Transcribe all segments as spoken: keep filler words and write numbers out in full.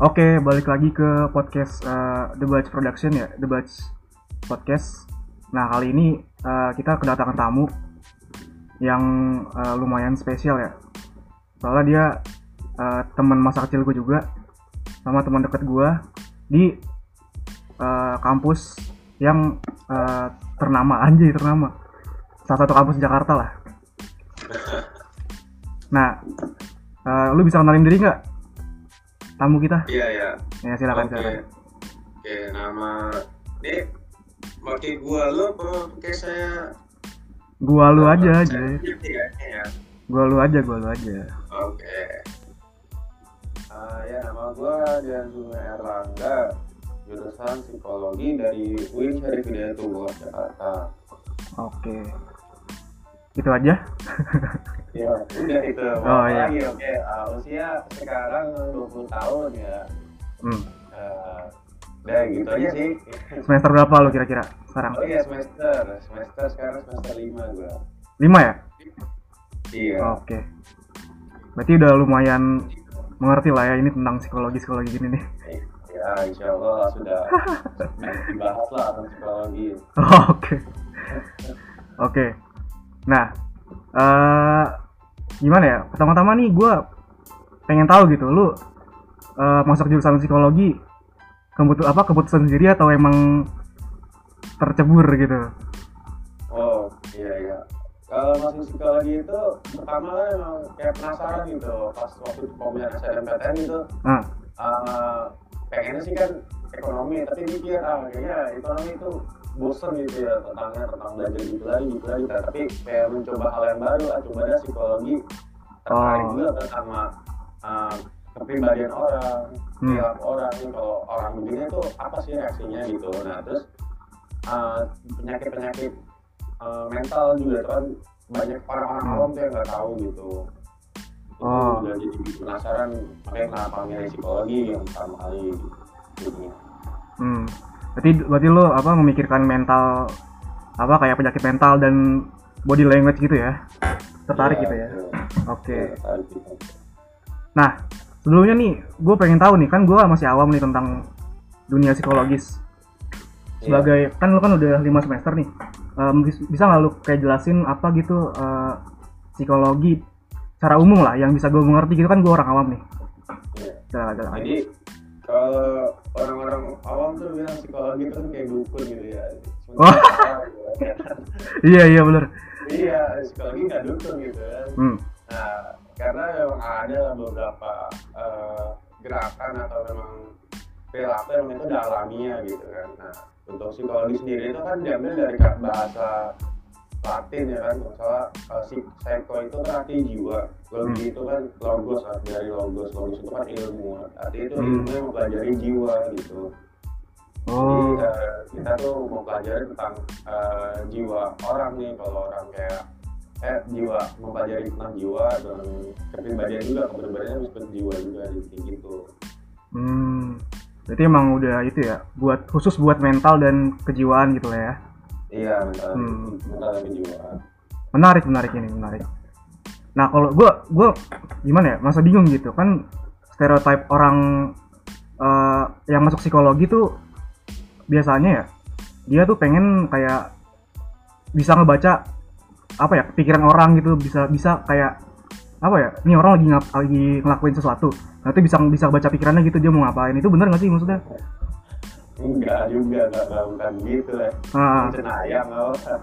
Oke, balik lagi ke podcast uh, The Batch Production ya, The Batch Podcast. Nah, kali ini uh, kita kedatangan tamu yang uh, lumayan spesial ya. Soalnya dia uh, teman masa kecil gue juga, sama teman dekat gue di uh, kampus yang uh, ternama, anjay ternama. Salah satu kampus di Jakarta lah. Nah, uh, lu bisa kenalin diri nggak? Tamu kita? Iya ya. Ya silakan Oke. silakan. Oke, nama ini pakai gua lu apa pakai saya? Gua lu Nama aja saya aja. Fitri ya. ya. Gua lu aja, gua lu aja. Oke. Ah ya, nama gua Dian Erlangga, jurusan psikologi dari U I N Syarif Hidayatullah Jakarta. Oke. Itu aja. Ya, udah itu. Oh, iya. Lagi oke. Ah, usia sekarang dua puluh tahun ya. Hmm. Uh, udah gitu aja sih. Semester berapa lu kira-kira sekarang? Oh iya, semester. Semester sekarang semester lima gua. lima ya? Iya. Oke. Berarti udah lumayan mengerti lah ya ini tentang psikologi-psikologi gini nih. Ya, insya Allah sudah dibahas lah tentang psikologi. Oke. Oke. Nah, eh gimana ya? Pertama-tama nih gue pengen tahu gitu, lu eh, masuk jurusan psikologi kebutuh apa keputusan sendiri atau emang tercebur gitu? Oh, iya iya. Kalau masuk psikologi itu pertama kan emang kayak penasaran gitu. Pas waktu pemilihan S N M P T N itu Nah, uh, pengennya sih kan ekonomi, tapi mikir ah kayaknya ekonomi itu bosen gitu ya tentangnya tentang belajar gitu lagi gitu lagi. Tapi kayak mencoba hal yang baru, ah coba deh psikologi. Tertarik Oh. juga kan sama uh, kepribadian orang, Hmm. perilaku orang nih kalau orang begini tuh apa sih reaksinya gitu. Nah terus uh, penyakit-penyakit uh, mental juga tuh kan banyak orang-orang Hmm. awam tuh yang nggak tahu gitu. Itu Oh. juga jadi penasaran makanya kenapa milih psikologi yang pertama kali gitu. Hmm. Berarti berarti lu apa memikirkan mental apa kayak penyakit mental dan body language gitu ya? Tertarik Iya, gitu ya? betul. Oke. Iya, tertarik gitu. Nah, sebelumnya nih, gue pengen tahu nih, kan gue masih awam nih tentang dunia psikologis. Sebagai, kan lu kan udah lima semester nih, um, bisa nggak lu kayak jelasin apa gitu uh, psikologi secara umum lah, yang bisa gue mengerti gitu kan gue orang awam nih. Iya. Silakan, silakan. Jadi kalau orang-orang awam tuh bilang psikologi itu kan kayak dukun gitu ya. Oh. Sementara, ya. Iya, iya bener. Iya, psikologi nggak dukun gitu kan. Hmm. Nah, karena memang ada beberapa uh, gerakan atau memang perilaku yang itu udah alamiah gitu kan. Nah, untuk psikologi sendiri itu kan diambil dari bahasa Latin ya kan, misalnya uh, psycho itu kan arti jiwa, logi Hmm. itu kan logos, arti dari logos, logos itu kan ilmu, arti itu Hmm. ilmu yang mempelajari jiwa gitu. Jadi Oh. uh, kita tuh mau pelajari tentang uh, jiwa orang nih, kalau orang kayak eh jiwa, mempelajari tentang jiwa dan kepribadian juga, kepribadian disebut jiwa juga kayak gitu. Hmm. Berarti emang udah itu ya, buat khusus buat mental dan kejiwaan gitu lah ya. Iya, mental, Hmm. mental dan kejiwaan. Menarik, menarik ini, menarik. Nah, kalau gue, gue gimana ya, masa bingung gitu kan stereotip orang uh, yang masuk psikologi tuh biasanya ya dia tuh pengen kayak bisa ngebaca apa ya pikiran orang gitu, bisa bisa kayak apa ya, ini orang lagi ngap, lagi ngelakuin sesuatu, nah itu bisa bisa baca pikirannya gitu dia mau ngapain. Itu bener nggak sih maksudnya? Enggak juga, enggak, enggak bukan gitu ya. Ah. Cenayang nggak usah.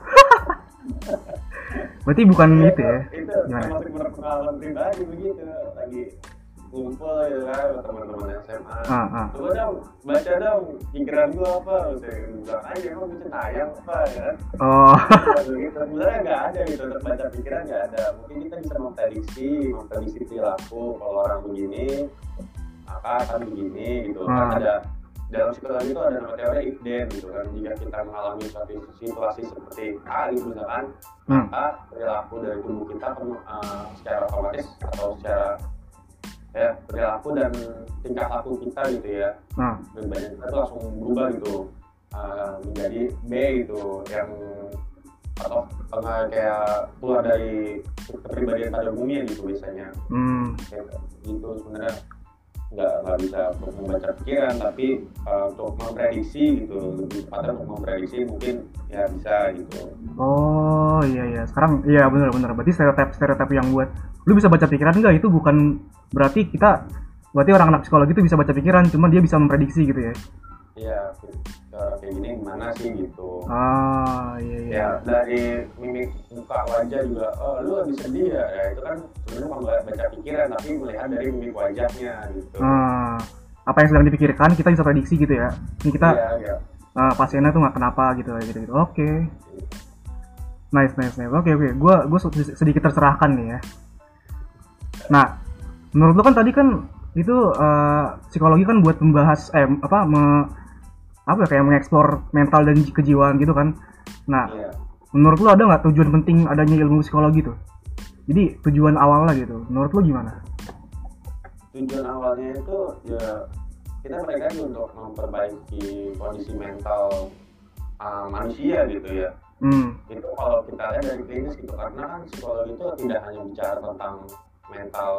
Berarti bukan gitu ya? Itu Gimana? termasuk pengalaman pribadi begitu, lagi kumpul gitu kan sama teman-teman S M A. Ah, ah. Coba dong, baca dong pikiran gua apa, saya bilang aja emang bisa tayang apa ya kan. Oh. Gitu. Sebenarnya nggak ada gitu, untuk baca pikiran nggak ada. Mungkin kita bisa memprediksi, memprediksi perilaku kalau orang begini, maka akan begini gitu. Ah. Kan ada dalam psikologi itu ada nama teori if then gitu kan. Jika kita mengalami suatu situasi seperti A gitu misalkan, Hmm. maka perilaku dari tubuh kita uh, secara otomatis atau secara ya perilaku dan tingkah laku kita gitu ya, Nah. kepribadian kita tuh langsung berubah gitu uh, menjadi B gitu, yang atau uh, kayak keluar dari kepribadian pada umumnya gitu biasanya. Hmm. Kayak gitu sebenarnya. nggak nggak bisa untuk membaca pikiran, tapi uh, untuk memprediksi gitu, lebih tepatnya untuk memprediksi mungkin ya bisa gitu. Oh iya iya, sekarang iya benar-benar. Berarti stereotip stereotip yang buat lu bisa baca pikiran enggak itu bukan berarti kita berarti orang anak psikologi itu bisa baca pikiran, cuma dia bisa memprediksi gitu ya. Iya, cara kayak gini gimana sih gitu. Ah iya iya. Ya dari mimik muka wajah juga, oh lu lagi sedih ya, ya itu kan sebenarnya bukan baca pikiran tapi melihat dari mimik wajahnya gitu. Ah, apa yang sedang dipikirkan kita bisa prediksi gitu ya. Ini kita Iya, iya. ah, pasiennya tuh nggak kenapa gitu gitu gitu. Oke. Nice nice nice. Oke oke. Gua gua sed- sedikit tercerahkan nih ya. Nah, menurut lu kan tadi kan itu eh, psikologi kan buat membahas eh apa me, apa ya kayak mengeksplor mental dan kejiwaan gitu kan. Nah, Iya. menurut lu ada nggak tujuan penting adanya ilmu psikologi tuh? Jadi tujuan awalnya gitu. Menurut lu gimana? Tujuan awalnya itu ya kita mereka untuk memperbaiki kondisi mental uh, manusia gitu ya. Hmm. Itu kalau kita lihat dari klinis gitu, karena kan psikologi itu tidak hanya bicara tentang mental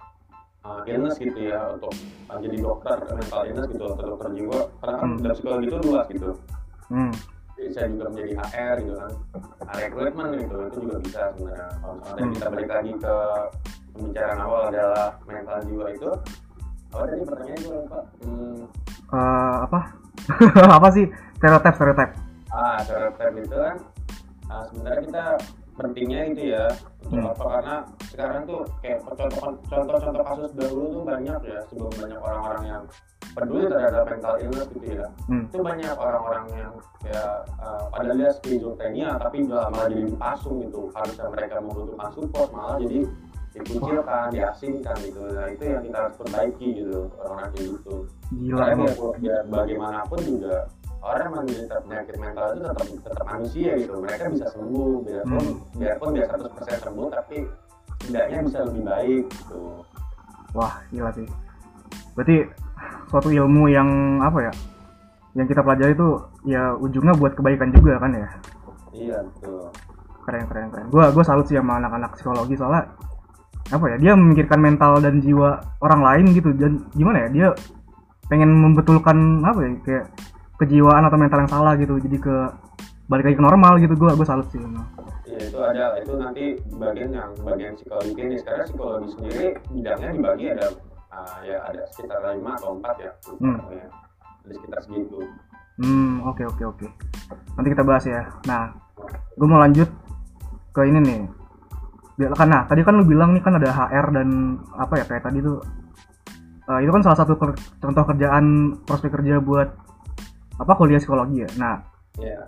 uh, illness gitu ya, untuk uh, jadi dokter mental illness gitu atau dokter jiwa, karena kan Hmm. dalam psikologi itu luas gitu. Hmm. Bisa juga menjadi H R gitu kan, recruitment gitu, itu juga bisa sebenarnya. Kalau misalnya Hmm. kita balik lagi ke pembicaraan awal adalah mental jiwa itu, apa tadi pertanyaannya itu lupa? Hmm, Eh, apa? Apa sih stereotip stereotip? ah stereotip itu kan, ah, sebenarnya kita pentingnya itu ya untuk Hmm. apa, karena sekarang tuh kayak contoh contoh-contoh kasus dahulu tuh banyak ya, sebelum banyak orang-orang yang peduli terhadap mental illness gitu ya. Hmm. Itu banyak orang-orang yang kayak uh, padahal dia skizofrenia tapi malah malah jadi dipasung gitu, harusnya mereka membutuhkan support malah jadi dikucilkan, diasingkan gitu. Nah itu yang kita harus perbaiki gitu, orang-orang kayak gitu. Gila Karena emang. biar, biar bagaimanapun juga orang yang menderita penyakit mental itu tetap tetap manusia gitu, mereka bisa sembuh biarpun Hmm. biarpun dia seratus persen sembuh tapi setidaknya bisa lebih baik gitu. Wah gila sih. Berarti suatu ilmu yang apa ya? Yang kita pelajari itu ya ujungnya buat kebaikan juga kan ya. Iya betul. Keren keren keren. Gua gua salut sih sama anak-anak psikologi soalnya apa ya dia memikirkan mental dan jiwa orang lain gitu dan gimana ya dia pengen membetulkan apa ya kayak kejiwaan atau mental yang salah gitu jadi ke balik lagi ke normal gitu. Gua gua salut sih. Iya itu ada, itu nanti bagian yang bagian psikologi klinis, karena psikologi sendiri bidangnya dibagi ada uh, ya ada sekitar lima atau empat ya, Hmm. ya ada sekitar segitu. Hmm, oke oke oke. Nanti kita bahas ya. Nah, gue mau lanjut ke ini nih. Biar kan, nah tadi kan lu bilang nih kan ada H R dan apa ya kayak tadi tuh. eh, itu kan salah satu ker- contoh kerjaan prospek kerja buat apa kuliah psikologi ya. Nah, Ya.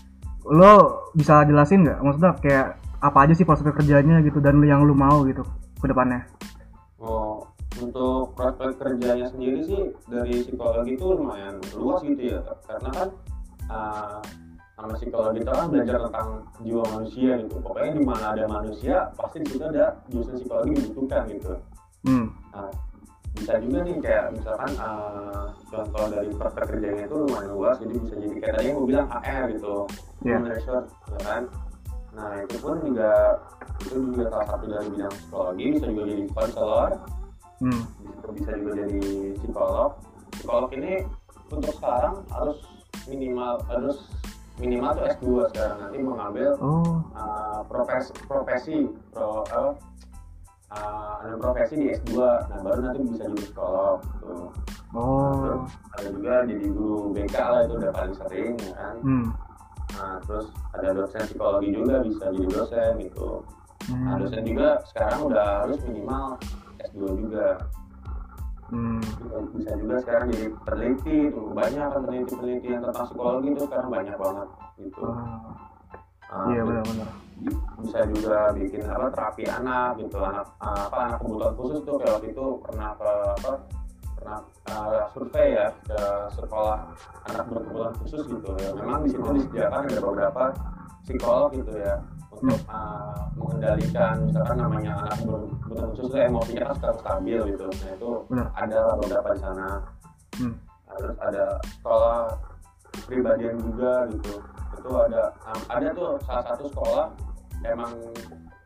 lo bisa jelasin nggak? Maksudnya kayak apa aja sih prospek kerjanya gitu dan yang lu mau gitu ke depannya? Oh, untuk prospek kerjanya sendiri sih dari psikologi itu lumayan luas gitu ya, karena kan uh, nama psikologi itu kan belajar tentang jiwa manusia gitu. Pokoknya di mana ada manusia pasti di situ ada jurusan psikologi dibutuhkan gitu. Hmm. Nah, bisa juga nih kayak misalkan uh, contoh dari prospek kerjanya itu lumayan luas, jadi bisa jadi kayak tadi yang gue bilang H R gitu, Yeah. human resource, ya kan. Nah itu pun juga itu juga salah satu dari bidang psikologi, bisa juga jadi konselor, Hmm. bisa, bisa juga jadi psikolog. Psikolog ini untuk sekarang harus minimal harus minimal tuh S dua sekarang, nanti mengambil Oh. uh, profesi profesi pro, uh, uh, ada profesi di S dua, nah baru nanti bisa jadi psikolog gitu. Oh. Terus ada juga jadi guru B K lah, itu udah paling sering ya kan. Hmm. Nah terus ada dosen psikologi juga bisa jadi dosen gitu. Nah Hmm. dosen juga sekarang udah harus minimal S dua juga. Hmm. Bisa juga sekarang jadi peneliti, tuh banyak kan peneliti-peneliti yang tentang psikologi itu sekarang banyak banget gitu. Ah, Nah, iya benar-benar. bisa juga bikin apa terapi anak gitu, anak apa anak kebutuhan khusus tuh kayak waktu itu pernah ke apa pernah uh, survei ya ke sekolah anak berkebutuhan khusus gitu ya, memang di situ disediakan ada beberapa psikolog gitu ya untuk uh, mengendalikan misalkan namanya anak berkebutuhan khusus itu emosinya kan sekarang stabil gitu, nah itu Benar. ada beberapa di sana. Hmm. Nah, terus ada sekolah kepribadian juga gitu, itu ada um, ada tuh salah satu sekolah emang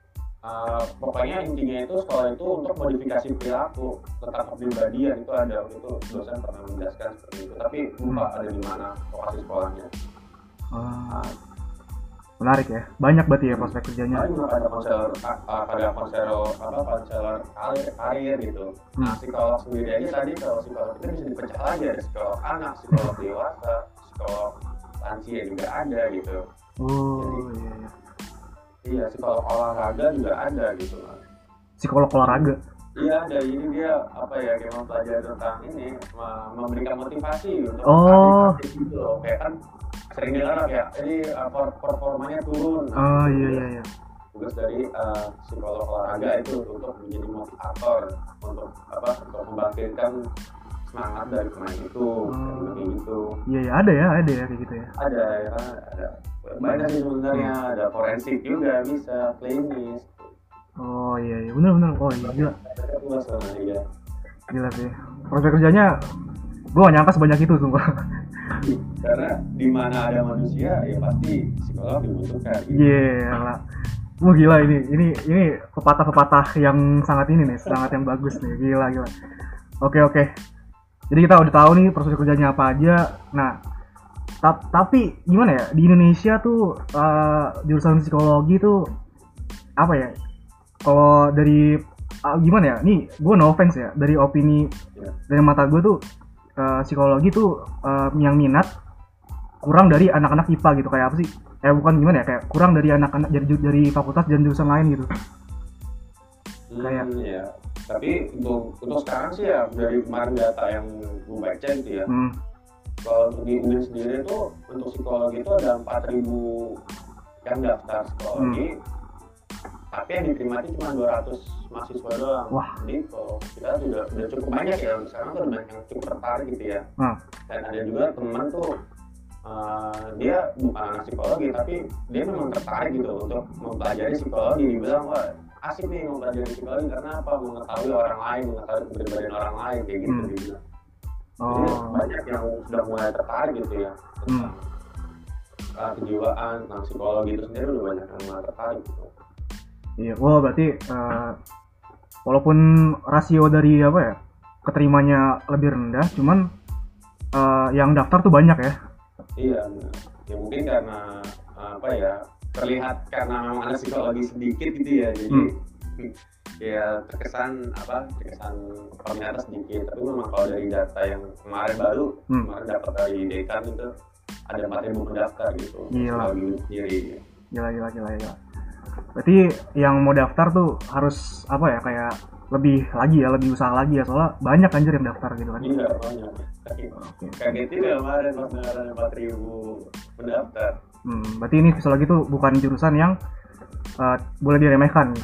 Uh, pokoknya intinya itu sekolah itu untuk modifikasi perilaku tentang kepribadian itu ada waktu itu dosen pernah menjelaskan seperti itu, tapi lupa Hmm. ada di mana lokasi sekolahnya. Ah, Nah, menarik ya. Banyak berarti ya prospek kerjanya. paling ada konselor, uh, ada konselor apa konselor karir, karir gitu. Nah, Hmm. psikolog sendiri aja tadi kalau psikolog itu bisa dipecah lagi, ada psikolog anak, psikolog dewasa, psikolog lansia juga ada gitu. Oh Jadi iya, iya. iya psikolog olahraga juga ada gitu. Psikolog olahraga. Iya, dari ini dia apa ya kayak mempelajari tentang ini, me- memberikan motivasi untuk Oh, atlet-atlet gitu loh. Kayak kan sering dengar lah kayak ini uh, per- performanya turun. Nah, oh itu iya tugas iya iya. tugas dari uh, psikolog olahraga itu untuk menjadi motivator untuk apa untuk membangkitkan semangat dari pemain itu kayak Oh, gitu. iya iya ada ya, ada ya kayak gitu ya. Ada ya kan ada banyak sih sebenarnya, ada forensik juga bisa, klinis. Oh iya iya, bener bener. Oh iya gila, Itu masalahnya ya. gila sih. Prospek kerjanya, gue gak nyangka sebanyak itu sumpah. Karena di mana ada manusia ya pasti psikolog dibutuhkan gitu. Gila. Wah gila ini, ini ini pepatah-pepatah yang sangat ini nih, sangat yang bagus nih. Gila gila. Oke oke. Jadi kita udah tahu nih proses kerjanya apa aja. Nah, ta- tapi gimana ya di Indonesia tuh eh, jurusan psikologi tuh apa ya? Kalau dari ah, gimana ya? Nih, gue no offense ya. Dari opini Ya. dari mata gue tuh eh, psikologi tuh eh, yang minat kurang dari anak-anak I P A gitu, kayak apa sih? Eh bukan gimana ya, kayak kurang dari anak-anak dari dari fakultas dan jurusan lain gitu. Kayak Hmm, ya. Tapi untuk untuk sekarang sih ya dari kemarin data yang gue baca gitu ya. hmm, Kalau untuk di U N sendiri itu untuk psikologi itu ada empat ribu yang daftar psikologi. Tapi yang diterima itu cuma dua ratus mahasiswa doang. Wah. Jadi kalau kita sudah udah cukup banyak ya sekarang tuh udah banyak yang cukup tertarik gitu ya. nah, Dan ada juga teman tuh uh, dia bukan anak psikologi tapi dia memang tertarik gitu untuk mempelajari psikologi. Dibilang wah asik nih mempelajari psikologi karena apa, mengetahui orang lain, mengetahui kepribadian orang lain kayak gitu. Hmm. Dibilang. Jadi oh, banyak yang sudah mulai tertarik gitu ya tentang uh, kejiwaan, tentang psikologi itu sendiri udah banyak yang mulai tertarik gitu. iya. Wah berarti eh, walaupun rasio dari apa ya keterimanya lebih rendah, cuman eh, yang daftar tuh banyak ya. Iya, benar. Ya mungkin karena apa ya terlihat karena memang ada psikologi sedikit gitu ya, jadi Hmm. ya terkesan apa terkesan peminatnya sedikit. Tapi memang kalau dari data yang kemarin baru Hmm. kemarin dapat dari Dekan itu ada empat ribu pendaftar gitu. Gila. Psikologi sendiri. Gila gila gila gila. Berarti yang mau daftar tuh harus apa ya, kayak lebih lagi ya, lebih usaha lagi ya, soalnya banyak anjir yang daftar gitu kan. Iya banyak. Oke. Kaget juga kemarin pas dengar ada empat ribu pendaftar. Hmm, berarti ini psikologi tuh bukan jurusan yang eh, boleh diremehkan.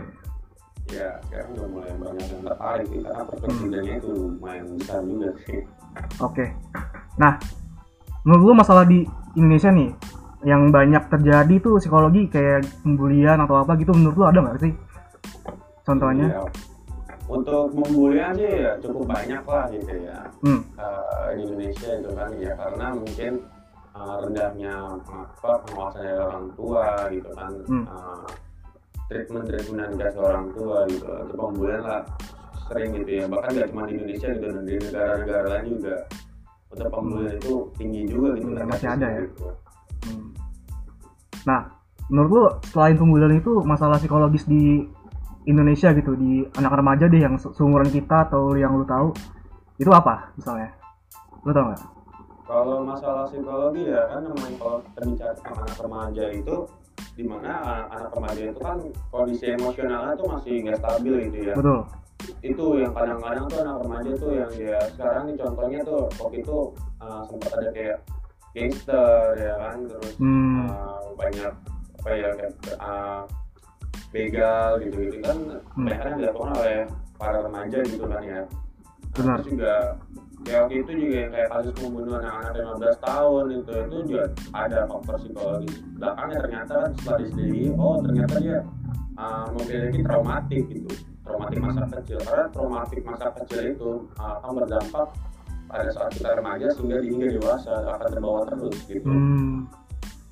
Ya sekarang udah mulai banyak yang tertarik sih karena perspektif kerjanya itu lumayan besar juga sih. Oke. Nah, menurut lu masalah di Indonesia nih yang banyak terjadi tuh psikologi kayak pembulian atau apa gitu, menurut lu ada nggak sih contohnya? Ya, untuk pembulian sih ya cukup banyak lah gitu ya. Hmm. Uh, di Indonesia itu kan ya karena mungkin uh, rendahnya apa pengawasan dari orang tua gitu kan. Hmm. Uh, treatment treatment yang dikasih orang tua gitu itu pembulian lah sering gitu ya, bahkan gak cuma di Indonesia gitu dan di negara-negara lain juga untuk pembulian itu tinggi juga gitu. Hmm, kan, masih ada ya. gitu. Hmm. Nah, menurut lu selain pembulian itu masalah psikologis di Indonesia gitu, di anak remaja deh yang se- seumuran kita atau yang lu tahu, itu apa misalnya? Lu tau nggak? Kalau masalah psikologi ya kan memang kalau kita bicara tentang anak remaja itu dimana anak, anak remaja itu kan kondisi emosionalnya tuh masih nggak stabil gitu ya. Betul. Itu yang kadang-kadang tuh anak remaja tuh yang dia sekarang nih contohnya tuh waktu itu uh, sempat ada kayak gangster ya kan, terus Hmm. uh, banyak apa ya kayak uh, begal gitu-gitu kan Hmm. banyak kan yang dilakukan oleh para remaja gitu kan ya. Nah, Benar. terus juga ya waktu itu juga yang kayak kasus pembunuhan anak-anak lima belas tahun itu itu juga ada faktor psikologis belakangnya ternyata kan setelah diselidiki oh ternyata dia uh, memiliki traumatik gitu, traumatik masa kecil, karena traumatik masa kecil itu uh, akan berdampak pada saat kita remaja sehingga di hingga dewasa akan terbawa terus gitu. Hmm.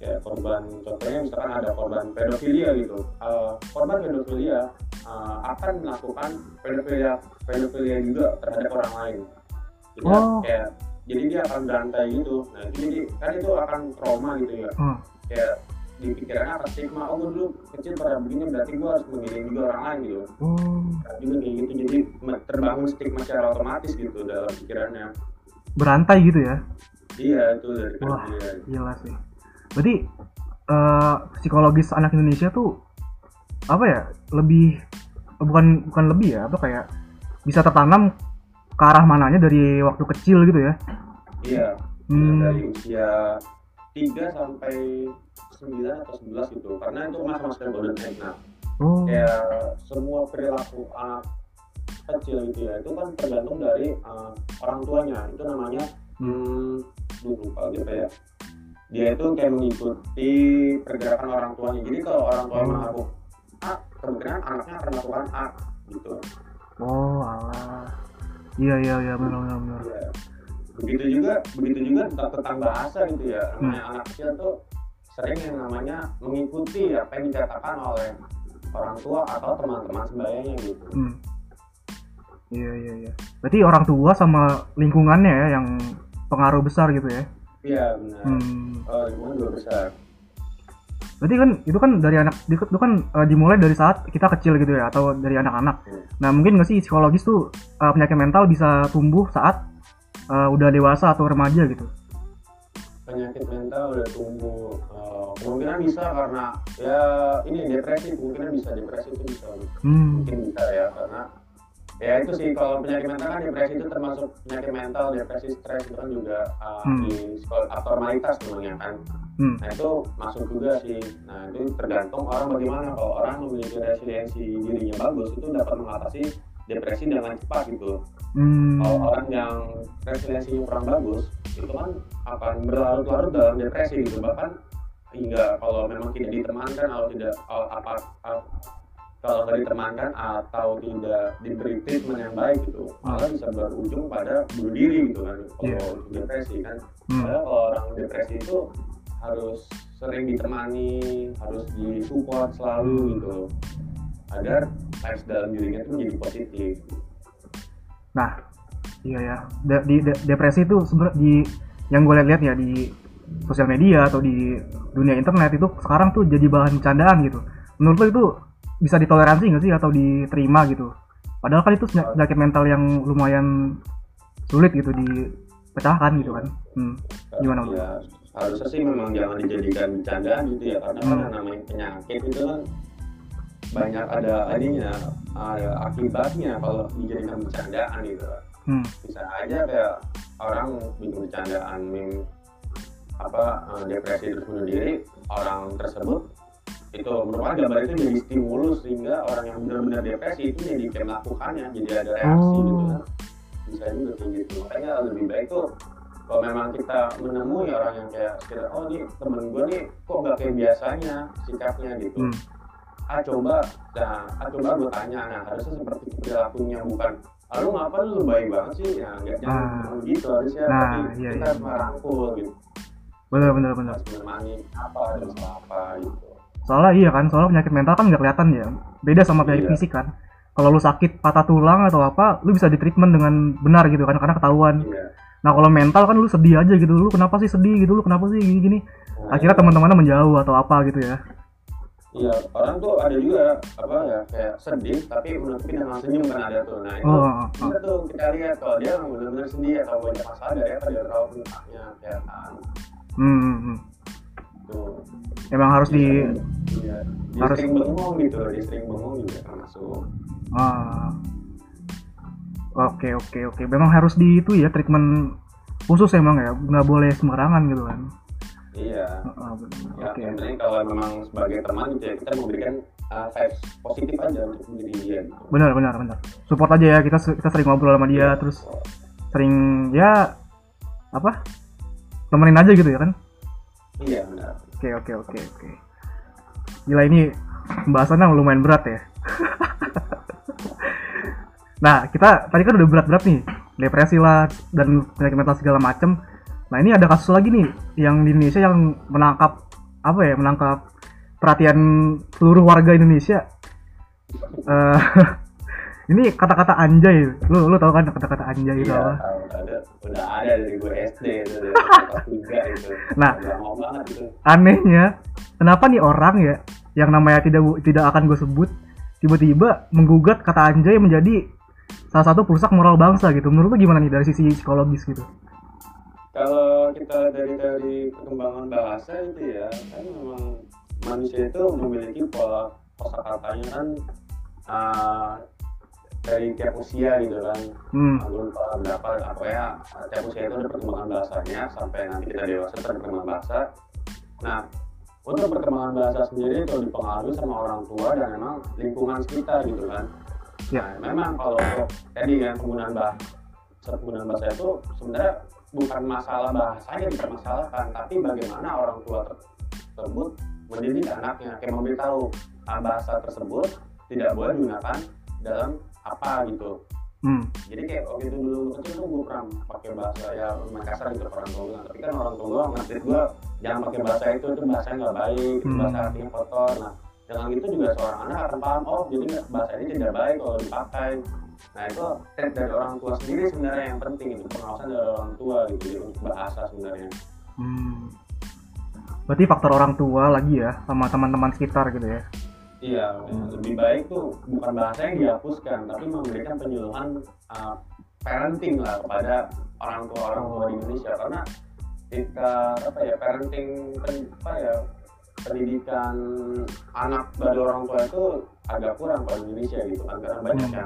kayak korban, contohnya misalkan ada korban pedofilia gitu. Uh, korban pedofilia uh, akan melakukan pedofilia pedofilia juga terhadap orang lain. Jadi Oh. kayak jadi dia akan berantai gitu. Nah itu jadi kan itu akan trauma gitu ya. Hmm. Kayak di pikirannya akan stigma, oh gue dulu kecil pada begini berarti gue harus mengirim juga orang lain gitu. Oh. Nah, juga kayak gitu, jadi terbangun stigma secara otomatis gitu dalam pikirannya. Berantai gitu ya. Iya itu dari Wah, kecil. gila sih. Berarti uh, psikologis anak Indonesia tuh apa ya? Lebih bukan bukan lebih ya, apa kayak bisa tertanam ke arah mananya dari waktu kecil gitu ya. Iya. Hmm. Dari usia tiga sampai sembilan atau sebelas gitu. Karena itu masa-masa golden age. Nah, Oh. kayak semua perilaku anak kecil gitu ya, itu kan tergantung dari uh, orang tuanya. Itu namanya hmm, lupa gitu ya. Dia itu kayak mengikuti pergerakan orang tuanya. Jadi kalau orang tua melakukan A, kemungkinan anaknya akan melakukan A gitu. Oh, alah. Iya iya iya benar benar benar. Ya. Begitu juga begitu juga tentang, tentang bahasa gitu ya. Namanya hmm. anak kecil tuh sering yang namanya mengikuti apa yang dikatakan oleh orang tua atau teman-teman sebayanya gitu. Hmm. Iya iya iya. Berarti orang tua sama lingkungannya ya yang pengaruh besar gitu ya. Iya benar. Hmm. Oh, lingkungan juga besar. Berarti kan itu kan dari anak itu kan uh, dimulai dari saat kita kecil gitu ya atau dari anak-anak. Hmm. Nah, mungkin nggak sih psikologis tuh uh, penyakit mental bisa tumbuh saat uh, udah dewasa atau remaja gitu? Penyakit mental udah tumbuh uh, kemungkinan bisa karena ya ini depresi, kemungkinan bisa depresi itu bisa hmm. mungkin bisa ya, karena ya itu sih kalau penyakit mental kan depresi itu termasuk penyakit mental, depresi, stres itu kan juga uh, hmm. di abnormalitas namanya kan. Hmm. Nah itu masuk juga sih. Nah itu tergantung orang bagaimana. Kalau orang memiliki resiliensi dirinya bagus itu dapat mengatasi depresi dengan cepat gitu. Hmm. Kalau orang yang resiliensinya kurang bagus itu kan akan berlarut-larut dalam depresi gitu, bahkan hingga kalau memang tidak ditemankan atau tidak apa kalau nggak ditemankan atau tidak diberi treatment yang baik gitu, malah bisa berujung pada bunuh diri gitu kan. Kalau yeah. depresi kan, hmm. padahal kalau orang depresi itu harus sering ditemani, harus disupport selalu gitu, agar life dalam dirinya itu menjadi positif. Nah, iya ya. De- di de- depresi itu sebenarnya di yang gue lihat ya di sosial media atau di dunia internet itu sekarang tuh jadi bahan bercandaan gitu. Menurut lo itu bisa ditoleransi nggak sih atau diterima gitu? Padahal kan itu penyakit mental yang lumayan sulit gitu dipecahkan gitu kan. Hmm. Gimana lo? Ya, harusnya sih memang jangan dijadikan bercandaan gitu ya, karena hmm. kan namanya penyakit itu kan banyak ada adanya, ada akibatnya kalau dijadikan bercandaan gitu. Hmm. Bisa aja kayak orang bikin bercandaan meme apa depresi terus bunuh diri, orang tersebut itu merupakan gambar itu jadi stimulus sehingga orang yang benar-benar depresi itu jadi kayak melakukannya, jadi ada reaksi oh. gitu kan. Bisa juga kayak gitu. Makanya lebih baik tuh kalau memang kita menemui orang yang kayak kira oh nih temen gue nih kok gak kayak biasanya sikapnya gitu. Hmm. Ah coba, nah ah coba gue tanya, nah harusnya seperti perilakunya, bukan ah, lu ngapain lu baik banget sih, nah nggak jangan ah. gitu harusnya, nah, tapi iya, kita harus iya. merangkul gitu. Bener bener bener. Harus menemani apa dan apa gitu. Soalnya iya kan, soalnya penyakit mental kan nggak kelihatan ya, beda sama penyakit iya. fisik kan. Kalau lu sakit patah tulang atau apa, lu bisa ditreatment dengan benar gitu kan, karena ketahuan. Iya. Nah kalau mental kan lu sedih aja gitu, lu kenapa sih sedih gitu, lu kenapa sih gini-gini. Nah, akhirnya teman-temannya menjauh atau apa gitu ya. Iya, orang tuh ada juga apa ya kayak sedih tapi menutupi dengan senyum kan ada tuh. Nah itu oh, oh, oh. kita tuh kita lihat kalau dia benar-benar sedih atau banyak masalah dari apa dia raut mukanya kayak kan. Hmm. hmm. Tuh. Emang harus dia, di iya, dia harus sering bengong gitu, dia sering bengong juga termasuk. Ah. Oke oke oke, memang harus di itu ya treatment khusus emang ya, nggak boleh sembarangan gitu kan. Iya. Oh, ya, oke. Okay. Kalau memang sebagai teman gitu ya, kita memberikan uh, vibes positif aja untuk diri dia. Gitu. Benar benar benar. Support aja ya, kita kita sering ngobrol sama dia, ya, terus oh. sering ya apa? Temenin aja gitu ya kan? Iya benar. Oke oke oke oke. Gila ini pembahasannya lumayan berat ya. Nah kita tadi kan udah berat-berat nih, depresi lah dan penyakit mental segala macem. Nah ini ada kasus lagi nih yang di Indonesia yang menangkap apa ya menangkap perhatian seluruh warga Indonesia. Uh, ini kata-kata anjay, lu lu tahu kan kata-kata anjay itu Iya, apa? tahu ada, udah ada dari gue S D itu dari kelas tiga itu. Nah, Udah mau banget itu. Anehnya, kenapa nih orang ya yang namanya tidak tidak akan gue sebut tiba-tiba menggugat kata anjay menjadi salah satu perusak moral bangsa gitu. Menurut lu gimana nih dari sisi psikologis gitu? Kalau kita dari dari perkembangan bahasa itu ya, kan memang manusia itu memiliki pola kosakatanya kan uh, dari tiap usia gitu kan. Hmm. Belum berapa apa ya, tiap usia itu ada perkembangan bahasanya sampai nanti kita dewasa perkembangan bahasa. Nah, untuk perkembangan bahasa sendiri itu dipengaruhi sama orang tua dan memang lingkungan sekitar gitu kan. Ya. Nah, memang kalau untuk tadi yang penggunaan bahasa penggunaan bahasa itu sebenarnya bukan masalah bahasanya dipermasalahkan, tapi bagaimana orang tua tersebut mendidik anaknya, kayak memberitahu ah, bahasa tersebut tidak boleh digunakan dalam apa gitu. Hmm. Jadi kayak waktu itu dulu kecil tuh gue pernah pakai bahasa ya lumayan kasar gitu orang tua bilang, tapi kan orang tua gue ngerti gue jangan pakai bahasa itu, itu bahasanya nggak baik, itu Hmm. bahasa artinya kotor. Nah dengan itu juga seorang anak akan paham, oh jadi bahasa ini tidak baik kalau dipakai. Nah itu trik dari orang tua sendiri sebenarnya yang penting, itu pengawasan dari orang tua gitu jadi untuk bahasa sebenarnya. Hmm. Berarti faktor orang tua lagi ya sama teman-teman sekitar gitu ya. Iya, lebih baik tuh bukan bahasa yang dihapuskan, tapi memberikan penyuluhan uh, parenting lah kepada orang tua orang tua di Indonesia, karena ketika apa ya parenting pen, apa ya pendidikan anak dari orang tua itu agak kurang pada Indonesia gitu kan, karena banyak Hmm. yang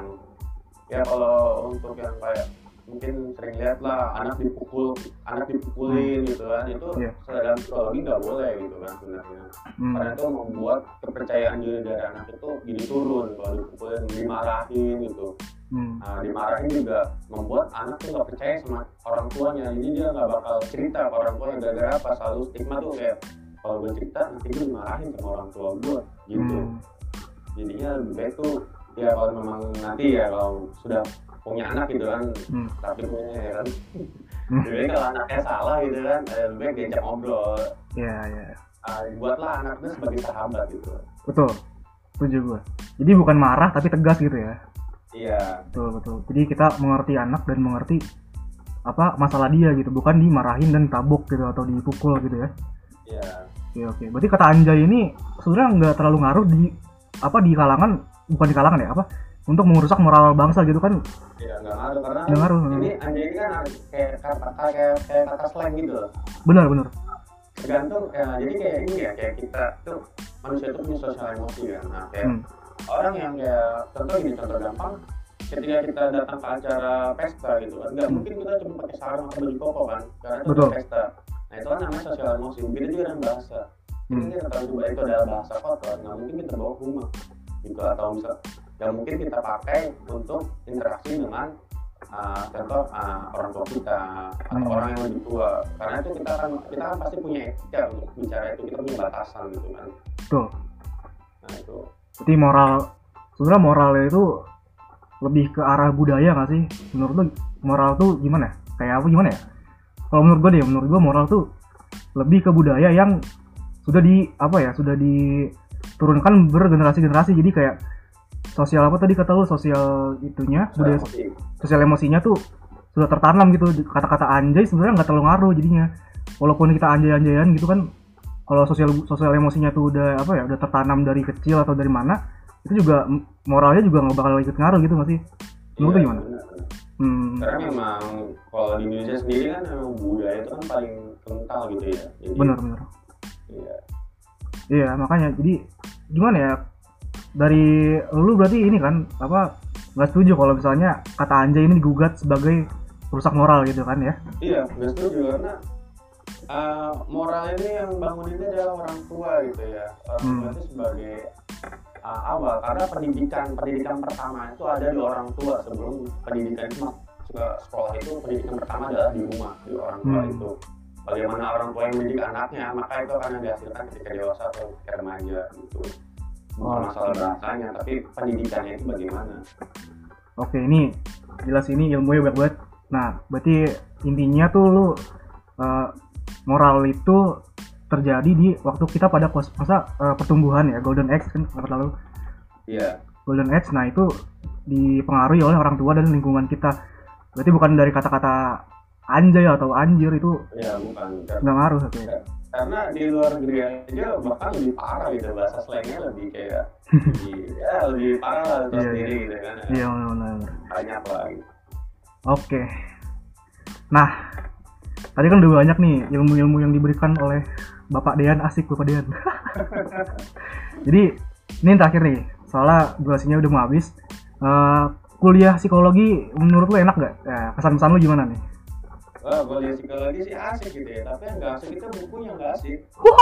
ya kalau untuk yang kayak mungkin sering lihat lah anak dipukul anak dipukulin gitu kan, itu Iya. dalam psikologi nggak boleh gitu kan sebenarnya. Hmm. Karena itu membuat kepercayaan diri dari anak itu jadi turun kalau dipukulin, dimarahin gitu. Hmm. Nah, dimarahin juga membuat anak tuh nggak percaya sama orang tuanya, jadi dia nggak bakal cerita ke orang tuanya gara-gara apa, selalu stigma tuh kayak kalau gue cerita nanti gue dimarahin sama orang tua gue gitu. Hmm. Jadinya lebih baik tuh ya kalau memang nanti ya kalau sudah punya anak gitu kan, Hmm. tapi punya ya kan Hmm. lebih baik kalau anaknya salah gitu kan, eh, lebih baik diajak ngobrol. Ya, ya. Uh, buatlah anaknya sebagai sahabat gitu. Betul. Setuju gue. Jadi bukan marah tapi tegas gitu ya. Iya. Betul, betul. Jadi kita mengerti anak dan mengerti apa masalah dia gitu, bukan dimarahin dan tabok gitu atau dipukul gitu ya. Iya. Oke, oke. Berarti kata anjay ini sebenarnya nggak terlalu ngaruh di apa di kalangan, bukan di kalangan ya, apa untuk merusak moral bangsa gitu kan. Iya, nggak ngaruh karena Nggak ngaruh. ini anjay ini kan kayak kata kayak kayak kata slang gitu loh. Benar, benar. Tergantung ya, jadi kayak ini ya, kayak kita tuh manusia tuh punya sosial emosi kan. Nah, kayak Hmm. orang yang kayak contoh gini, contoh gampang, ketika kita datang ke acara pesta gitu kan, nggak Hmm. mungkin kita cuma pakai sarung atau baju koko kan, karena itu Betul. adalah pesta. Nah itu kan namanya sosial emosi. Begitu juga dengan bahasa. Hmm. Jadi kita tahu juga itu adalah bahasa kotor, nggak mungkin kita bawa ke rumah gitu, atau misal nggak mungkin kita pakai untuk interaksi dengan uh, contoh uh, orang tua kita atau Hmm. orang yang lebih tua, karena itu kita kan kita kan pasti punya etika untuk bicara itu, kita punya batasan gitu kan. Betul. Nah itu Jadi moral, sebenarnya moralnya itu lebih ke arah budaya nggak sih? Menurut lu moral tuh gimana? Kayak apa gimana ya? Kalau menurut gue deh, menurut gue moral tuh lebih ke budaya yang sudah di apa ya, sudah diturunkan bergenerasi-generasi. Jadi kayak sosial apa tadi kata lu, sosial itunya, sosial budaya emosi. sosial emosinya tuh sudah tertanam gitu. Kata-kata anjay sebenarnya nggak terlalu ngaruh jadinya. Walaupun kita anjay-anjayan gitu kan, kalau sosial sosial emosinya tuh udah apa ya, udah tertanam dari kecil atau dari mana, itu juga moralnya juga nggak bakal ikut ngaruh gitu nggak sih? Menurut lu Iya, gimana? benar. Hmm. Karena memang kalau di Indonesia sendiri kan memang budaya itu kan paling kental gitu ya. Jadi, Benar-benar. Iya. Iya, makanya jadi gimana ya? Dari lu berarti ini kan apa nggak setuju kalau misalnya kata anjay ini digugat sebagai rusak moral gitu kan ya? Iya, nggak setuju karena uh, moral ini yang bangun ini adalah orang tua gitu ya. Orang Hmm. tua itu sebagai uh, awal, karena pendidikan pendidikan pertama itu ada di orang tua sebelum pendidikan itu masuk ke sekolah. Itu pendidikan pertama adalah di rumah, di orang tua Hmm. itu. Bagaimana orang tua yang mendidik anaknya, maka itu akan dihasilkan ketika dewasa atau ketika remaja gitu. Bukan Oh. masalah bahasanya, tapi pendidikannya itu bagaimana. Oke, ini jelas ini ilmunya banyak banget. Nah, berarti intinya tuh lu uh, moral itu terjadi di waktu kita pada kos masa uh, pertumbuhan ya, golden age kan sempat lalu. Iya. Golden age, nah itu dipengaruhi oleh orang tua dan lingkungan kita. Berarti bukan dari kata-kata anjay atau anjir itu. Iya, bukan. Nggak ngaruh satu ya. Karena di luar negeri aja bahkan lebih parah gitu, bahasa slangnya lebih kayak lebih, ya lebih parah lah terus Iya, sendiri iya. gitu kan. Iya benar-benar. Banyak lah gitu. Oke. Nah, tadi kan udah banyak nih ilmu-ilmu yang diberikan oleh Bapak Dean, asik Bapak Dean. Jadi ini yang terakhir nih, soalnya durasinya udah mau habis. Uh, kuliah psikologi menurut lu enak gak? Ya, kesan-kesan lu gimana nih? Wah, kuliah psikologi sih asik gitu ya, tapi yang nggak asik itu bukunya nggak asik.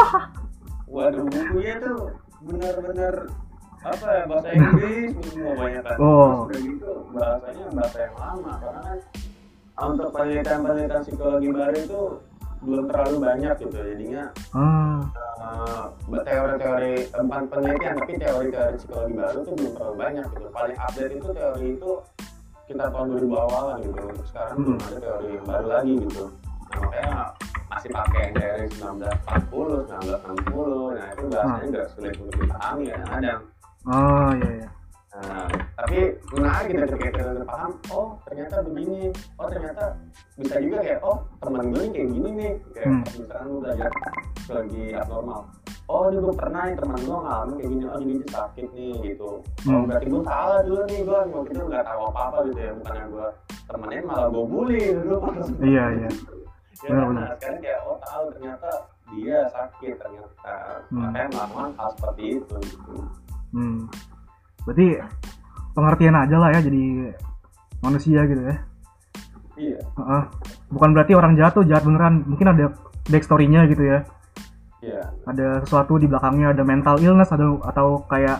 Waduh, bukunya tuh benar-benar apa ya, bahasa Inggris semua banyak kan. Oh. Terus udah gitu bahasanya bahasa yang lama, karena kan untuk penelitian-penelitian psikologi baru itu belum terlalu banyak gitu, jadinya Ah. uh, teori-teori tempat penelitian tapi teori-teori psikologi baru tuh belum terlalu banyak gitu. Paling update itu teori itu kita tahun dua ribu awalan gitu, untuk sekarang Hmm. belum ada teori yang baru lagi gitu. Nah, makanya masih pakai yang dari seribu sembilan ratus empat puluh, seribu sembilan ratus enam puluh, nah itu bahasanya nggak sulit untuk dipahami kadang-kadang. Oh iya iya. Nah, tapi menarik gitu ketika kita udah paham, oh ternyata begini, oh ternyata bisa juga kayak, oh temen gue nih kayak gini nih, kayak Hmm. pas misalkan lu belajar lagi abnormal, oh ini gue pernah nih temen gue ngalamin kayak gini, oh jadi dia sakit nih gitu. Oh Hmm. berarti gue salah dulu nih, gue waktu itu nggak tahu apa-apa gitu ya, bukannya gue temenin malah gue bully dulu pas. Iya iya. Ya kan, nah sekarang kayak, oh tahu ternyata dia sakit ternyata, Hmm. makanya melakukan hal seperti itu gitu. Hmm. Berarti pengertian aja lah ya jadi manusia gitu ya. Iya. Heeh. Bukan berarti orang jahat tuh jahat beneran. Mungkin ada backstory-nya gitu ya. Iya. Ada sesuatu di belakangnya, ada mental illness atau atau kayak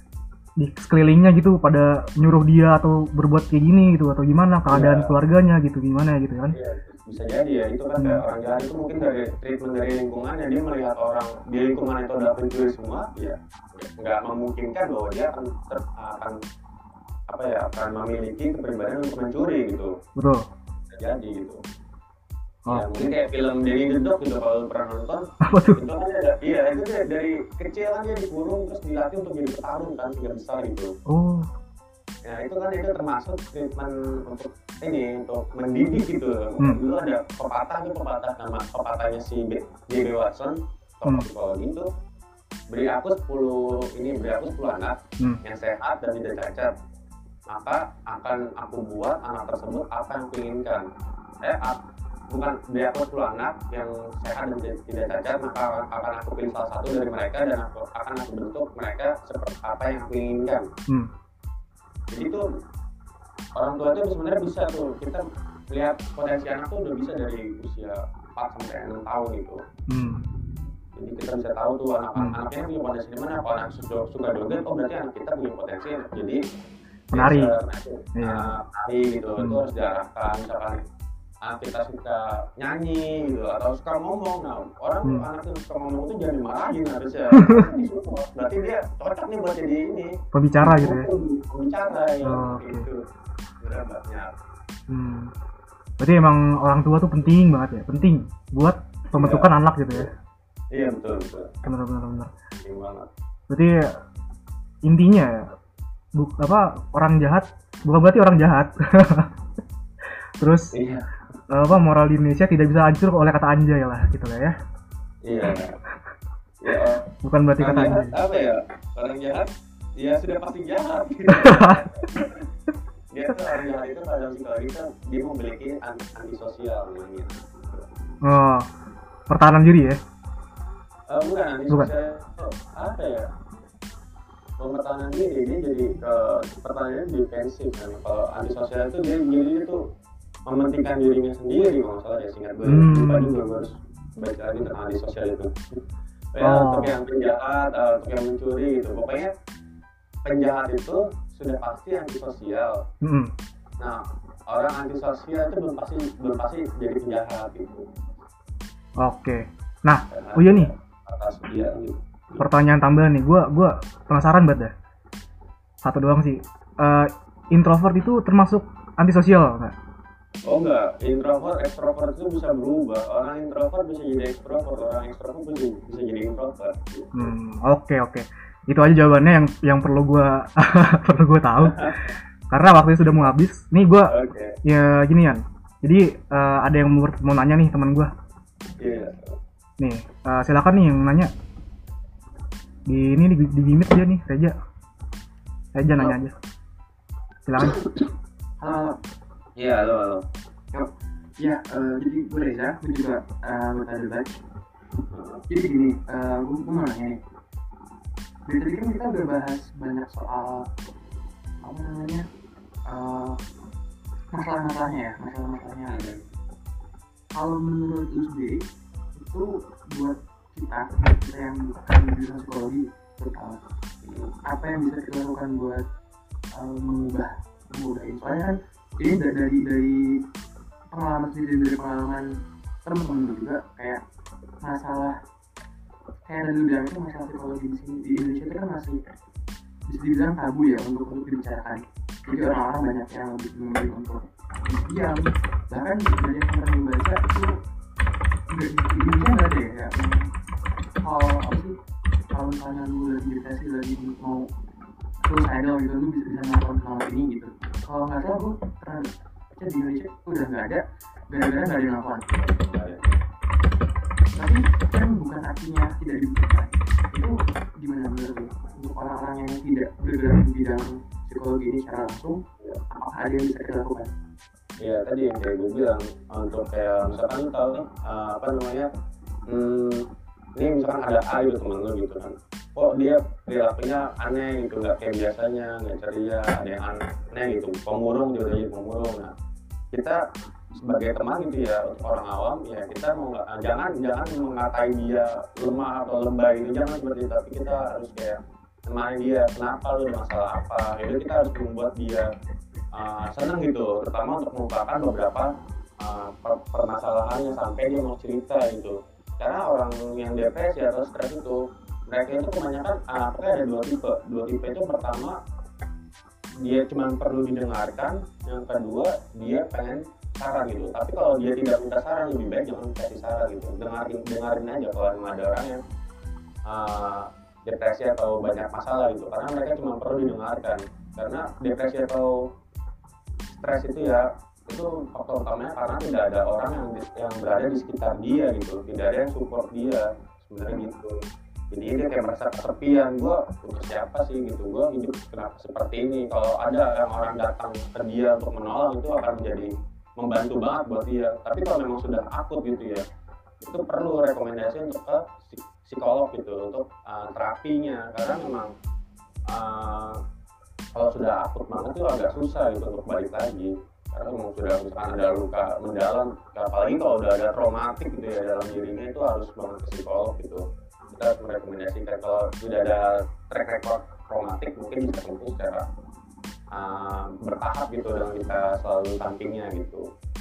di sekelilingnya gitu pada nyuruh dia atau berbuat kayak gini gitu, atau gimana keadaan Iya. keluarganya gitu, gimana gitu kan. Iya, bisa jadi ya, itu kan kayak orang jahat itu mungkin dari treatment dari lingkungannya, dia melihat orang di lingkungan itu udah pencuri semua, ya nggak memungkinkan bahwa dia akan ter, akan apa ya akan memiliki kepribadian untuk mencuri gitu. Betul. Bisa jadi gitu. Oh. Ya mungkin kayak film Danny the Dog gitu, kalau lu pernah nonton. Apa tuh? Itu kan ada, iya itu dia dari kecil kan dia dikurung terus dilatih untuk jadi petarung kan, tiga besar gitu. Oh. Ya itu kan itu termasuk treatment untuk ini, untuk mendidik gitu. Hmm. Dulu ada pepatah itu pepatah nama pepatahnya si J B Watson, tokoh Hmm. psikologi itu, beri aku sepuluh ini beri aku sepuluh anak Hmm. yang sehat dan tidak cacat, maka akan aku buat anak tersebut apa yang kuinginkan. Eh ap- bukan beri aku sepuluh anak yang sehat dan tidak tidak cacat, maka akan aku pilih salah satu dari mereka dan aku akan aku bentuk mereka seperti apa yang aku inginkan. Hmm. Jadi tuh orang tua itu sebenarnya bisa tuh, kita lihat potensi anak tuh udah bisa dari usia empat sampai enam tahun gitu. Hmm. Jadi kita bisa tahu tuh Hmm. anak-anaknya punya potensi di mana. Kalau anak suka, suka joget, oh berarti anak kita punya potensi jadi Penari. dancer, Iya. nah, penari gitu. Hmm. Itu harus diarahkan. Misalkan anak kita suka nyanyi gitu atau suka ngomong, nah orang Hmm. anak yang suka ngomong itu jangan dimarahin harusnya. Disupport. Berarti dia cocok nih buat jadi ini Pembicara gitu ya. pembicara ya. Oh, oke. Gitu. Udah banyak. Hmm. Berarti emang orang tua tuh penting banget ya, penting buat pembentukan Iya. anak gitu ya. Iya betul betul. Benar benar benar. Penting banget. Berarti intinya ya, bu, apa orang jahat bukan berarti orang jahat. Terus Iya. apa moral di Indonesia tidak bisa hancur oleh kata anjay lah gitu lah ya. Iya. Ya, oh. Bukan berarti Orang kata jahat anjay. apa ya? Orang jahat ya sudah pasti jahat. Dia tuh orang jahat itu pada psikologi itu dia memiliki anti antisosial namanya. Oh, pertahanan diri ya. Uh, bukan Bukan. antisosial itu apa ya? Pertahanan diri, dia jadi ke pertahanannya defensif kan. Kalau antisosial itu dia jadi itu mementingkan dirinya sendiri, kalau nggak salah ya, singkat gue. Hmm. Lupa juga gue harus baca lagi tentang antisosial itu. Ya, Oh. untuk yang penjahat, uh, untuk yang mencuri gitu. Pokoknya penjahat itu sudah pasti antisosial. Hmm. Nah, orang antisosial itu belum pasti belum pasti jadi penjahat gitu. Oke. Nah, Karena oh iya nih, atas dia gitu. pertanyaan tambahan nih. Gua gua penasaran banget dah. Satu doang sih. Eh, introvert itu termasuk antisosial nggak? Oh enggak, introvert, extrovert itu bisa berubah. Orang introvert bisa jadi extrovert, orang extrovert bisa, bisa jadi introvert. Hmm, oke oke. Itu aja jawabannya yang yang perlu gua perlu gua tahu. Karena waktunya sudah mau habis. Nih gua Oke, ya gini kan. Jadi eh, ada yang mau, mau nanya nih teman gua. iya. Nih, eh, silakan nih yang nanya. Di ini di, di Gimit dia nih, Reja. Reja nanya aja. Silakan. Halo, Iya, halo, halo. yuk. Ya, eh, jadi gue Reza, gue juga eh, anggota debat. Jadi gini, eh, gue, gue mau nanya nih. Dari tadi kan kita udah bahas banyak soal apa namanya eh, masalah-masalahnya ya, masalah-masalahnya. Kalau menurut lu sendiri, itu buat kita, kita yang bukan jurusan psikologi, terutama apa yang bisa kita lakukan buat eh, mengubah, mengubah ini? Soalnya kan ini da- dari dari pengalaman sendiri, dari pengalaman teman-teman juga kayak masalah kayak tadi lu bilang itu masalah psikologi di sini di Indonesia itu kan masih bisa dibilang tabu ya untuk untuk dibicarakan. Jadi orang-orang banyak yang lebih memilih untuk diam. Bahkan dari yang pernah gue baca itu nggak di di Indonesia nggak ada ya kayak kalau apa sih kalau misalnya lu lagi depresi lagi mau suicidal gitu lu bisa bisa melakukan hal ini gitu. Kalau nggak salah gue pernah baca di Indonesia udah nggak ada gara-gara nggak ada yang melakukan. Tapi kan bukan artinya tidak dibutuhkan. Itu gimana menurut lu untuk orang-orang yang tidak bergerak di bidang psikologi ini secara langsung, apakah ada yang bisa kita lakukan? Iya, tadi yang kayak gue bilang untuk kayak misalkan lu tahu nih uh, apa namanya, hmm, ini misalkan ada A gitu temen lu gitu kan, kok dia perilakunya aneh gitu, nggak kayak biasanya, nggak ceria, ada yang aneh gitu, pemurung juga jadi pemurung. Nah, kita sebagai teman gitu ya, untuk orang awam ya kita mau nggak, ah, jangan jangan mengatai dia lemah atau lebay gitu, jangan seperti itu, tapi kita harus kayak temani dia, kenapa lu ada masalah apa, jadi kita harus membuat dia uh, senang gitu, terutama untuk mengungkapkan beberapa uh, per- permasalahannya sampai dia mau cerita gitu. Karena orang yang depresi atau stres itu, mereka itu kebanyakan uh, pokoknya ada dua tipe. Dua tipe itu, pertama dia cuma perlu didengarkan, yang kedua dia pengen saran gitu. Tapi kalau dia tidak minta saran, lebih baik jangan kasih saran gitu, dengarin dengarin aja kalau emang ada orang yang uh, depresi atau banyak masalah gitu, karena mereka cuma perlu didengarkan. Karena depresi atau stres itu ya, itu faktor utamanya karena tidak ada orang yang yang berada di sekitar dia gitu, tidak ada yang support dia sebenarnya gitu. Jadi dia kayak merasa kesepian, gue untuk siapa sih gitu, gue hidup kenapa seperti ini. Kalau ada yang orang datang ke dia untuk menolong, itu akan menjadi membantu banget buat dia. Tapi kalau memang sudah akut gitu ya, itu perlu rekomendasi untuk ke psikolog gitu, untuk uh, terapinya. Karena memang uh, kalau sudah akut banget itu agak susah gitu untuk balik lagi, karena memang sudah misalkan ada luka mendalam, apalagi kalau udah ada traumatik gitu ya dalam dirinya, itu harus banget ke psikolog gitu. Kita harus merekomendasikan, kalau sudah ada track record traumatik mungkin bisa tempuh secara uh, bertahap gitu, dan kita selalu tampingnya gitu.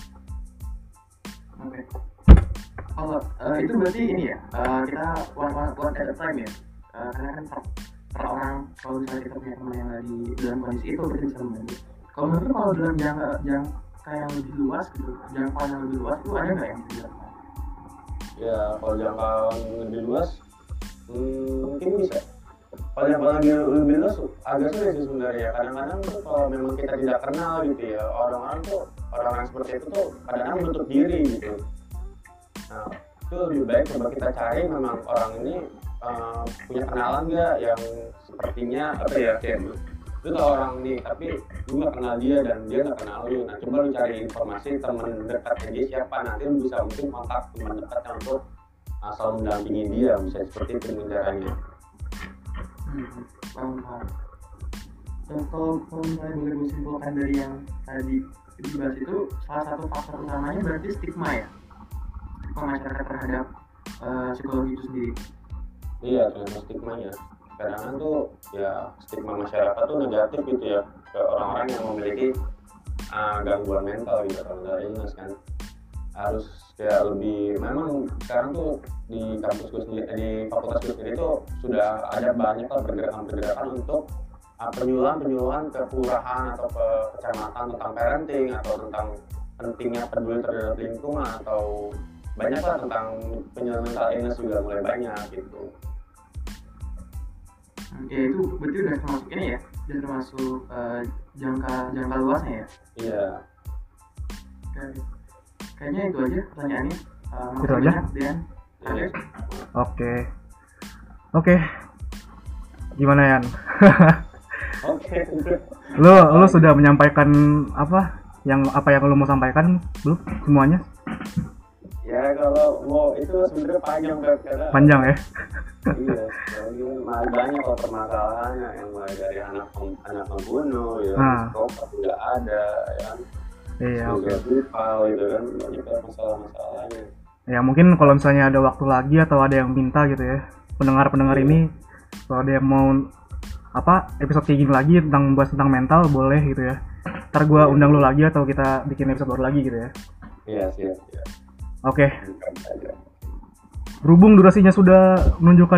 Oke. Oh, uh, itu berarti ini ya, uh, kita one, one, one at a time ya. Uh, karena kan per, per orang, kalau misalnya kita punya teman yang lagi dalam kondisi itu, berarti bisa membantu. Kalau menurut lu, kalau dalam jangka jangka yang lebih luas gitu, jangkauan yang lebih luas, itu ada nggak yang bisa dilakukan? Ya kalau jangkauan lebih luas, hmm, mungkin bisa. Kalau yang lagi lebih luas agak sulit sih sebenarnya. Kadang-kadang tuh kalau memang kita tidak kenal gitu ya, orang-orang tuh orang-orang seperti itu tuh kadang-kadang menutup diri gitu. Nah, itu lebih baik coba kita cari memang orang ini uh, punya kenalan nggak yang sepertinya apa ya, kayak lu tau orang nih tapi lu nggak kenal dia dan dia nggak kenal lu. Nah, coba lu cari informasi teman dekatnya dia siapa, nanti lu bisa mungkin kontak teman dekatnya untuk uh, selalu mendampingi dia, bisa seperti itu caranya. Hmm, paham, paham. Dan kalau kalau misalnya boleh gue simpulkan dari yang tadi dibahas itu, salah satu faktor utamanya berarti stigma ya, stigma masyarakat terhadap uh, psikologi itu sendiri. Iya, ternyata stigmanya. Kadang-kadang tuh ya stigma masyarakat tuh negatif gitu ya ke orang-orang yang memiliki uh, gangguan mental gitu, atau mental illness kan. Harus kayak lebih, memang sekarang tuh di kampusku sendiri, di fakultasku sendiri tuh sudah ada banyak lah pergerakan-pergerakan untuk uh, penyuluhan-penyuluhan ke kelurahan atau ke kecamatan tentang parenting atau tentang pentingnya peduli terhadap lingkungan atau banyak lah tentang penyelesaian mental illness juga mulai banyak gitu. Ya itu berarti udah termasuk ini ya, udah termasuk uh, jangka jangka luasnya ya. Iya. Oke. Kayaknya itu aja pertanyaannya. Uh, Itu aja? Dan Iya. Oke. Oke. Gimana Yan? Oke. Lu lu sudah menyampaikan apa yang apa yang lu mau sampaikan belum semuanya? Ya kalau mau itu sebenarnya panjang banget karena Panjang ya. iya, soalnya masih banyak kok permasalahannya yang mulai dari anak pem- anak pembunuh, ya, Ah. psikopat tidak ada, ya, Iya, oke. rival gitu kan, banyak banget masalah-masalahnya. Ya mungkin kalau misalnya ada waktu lagi atau ada yang minta gitu ya, pendengar-pendengar Iya. ini kalau ada yang mau apa episode kayak gini lagi tentang bahas tentang mental boleh gitu ya. Ntar gua Iya. undang lu lagi atau kita bikin episode baru lagi gitu ya. Iya siap, siap. Oke, Bukan saja. berhubung durasinya sudah menunjukkan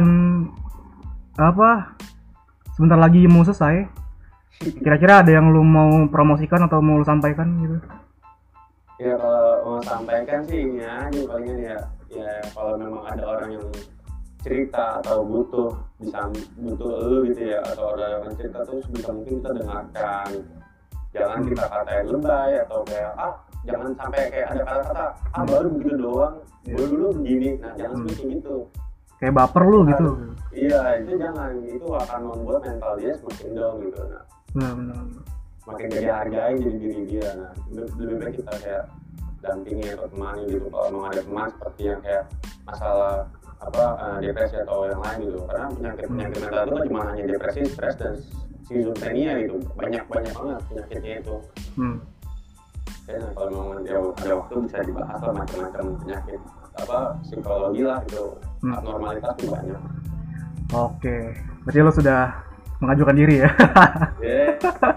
apa sebentar lagi mau selesai. Kira-kira ada yang lu mau promosikan atau mau lu sampaikan gitu? Ya kalau mau sampaikan sih ini aja palingnya ya, ya kalau memang ada orang yang cerita atau butuh bisa butuh lu gitu ya, atau ada orang cerita tuh bisa mungkin kita dengarkan. Jangan kita katain lebay atau kayak ah jangan sampai kayak ada kata-kata ah baru begitu doang, baru dulu begini. Nah jangan seperti gitu. Kayak baper lu gitu. Iya itu jangan, itu akan membuat mental dia semakin down gitu. Nah Nah, benar. makin dia hargai jadi diri dia. Nah lebih lebih baik kita kayak dampingi atau temani gitu kalau memang ada teman seperti yang kayak masalah apa uh, depresi atau yang lain gitu, karena penyakit penyakit mental itu kan cuma hanya depresi, stres dan skizofrenia gitu, banyak banyak banget penyakitnya itu. Hmm. Kayaknya kalau memang nanti ada waktu bisa dibahas lah macam-macam penyakit apa psikologi lah itu, Hmm. abnormalitas tuh banyak. Oke, berarti lo sudah mengajukan diri ya? Yeah.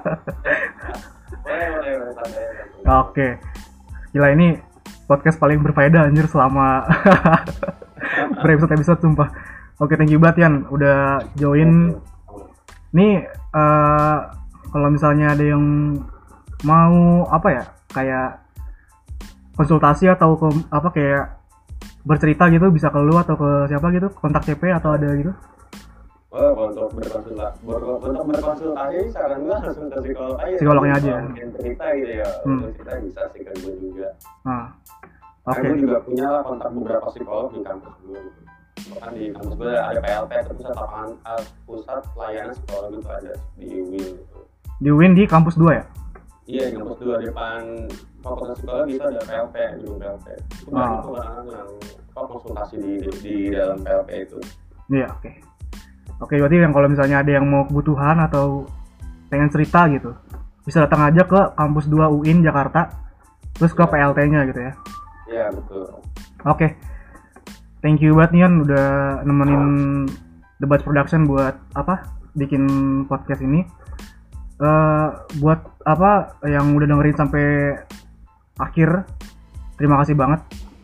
boleh boleh boleh santai. Oke, gila ini podcast paling berfaedah anjir selama berepisode-episode sumpah. Oke, thank you banget Yan udah join. Nih eh, kalau misalnya ada yang mau apa ya kayak konsultasi atau ke, apa kayak bercerita gitu bisa ke lu atau ke siapa gitu, kontak C P atau ada gitu? Oh, untuk berkonsultasi, ber- untuk berkonsultasi saran gue langsung ke psikolog aja. Psikolognya aja. Kalau mungkin cerita gitu ya, Hmm. untuk cerita bisa sih ke gue juga. Nah, Oke. oke. Gue juga punya lah kontak beberapa psikolog di kampus gue. Gitu. Bahkan di kampus gue ada P L P, itu pusat lapangan, uh, pusat pelayanan psikolog itu ada di U I N gitu. Di U I N di kampus dua ya? Iya, di kampus dua depan fakultas psikologi itu ada P L P, di P L P. Itu banyak Ah. tuh orang yang apa, konsultasi di, di di dalam P L P itu. Iya, oke. Oke, berarti yang kalau misalnya ada yang mau kebutuhan atau pengen cerita gitu, bisa datang aja ke kampus dua U I N Jakarta, terus ke Ya. P L T-nya gitu ya. Iya, betul. Oke. Thank you banget Nian udah nemenin The Batch Production buat apa? Bikin podcast ini. Eh buat apa yang udah dengerin sampai akhir, terima kasih banget.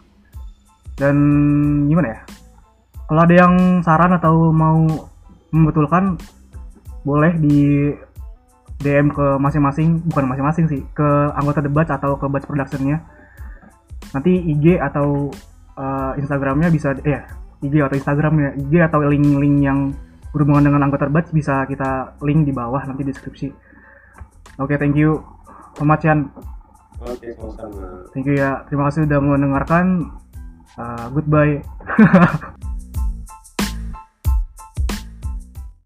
Dan gimana ya? Kalau ada yang saran atau mau membetulkan, boleh di D M ke masing-masing, bukan masing-masing sih, ke anggota The Batch atau ke Batch Production-nya. Nanti I G atau uh, Instagramnya bisa, eh I G atau Instagramnya, I G atau link-link yang berhubungan dengan anggota Batch bisa kita link di bawah nanti di deskripsi. Oke, thank you so much Yan. Oke, sama-sama. Thank you ya, terima kasih sudah mendengarkan. Uh, goodbye.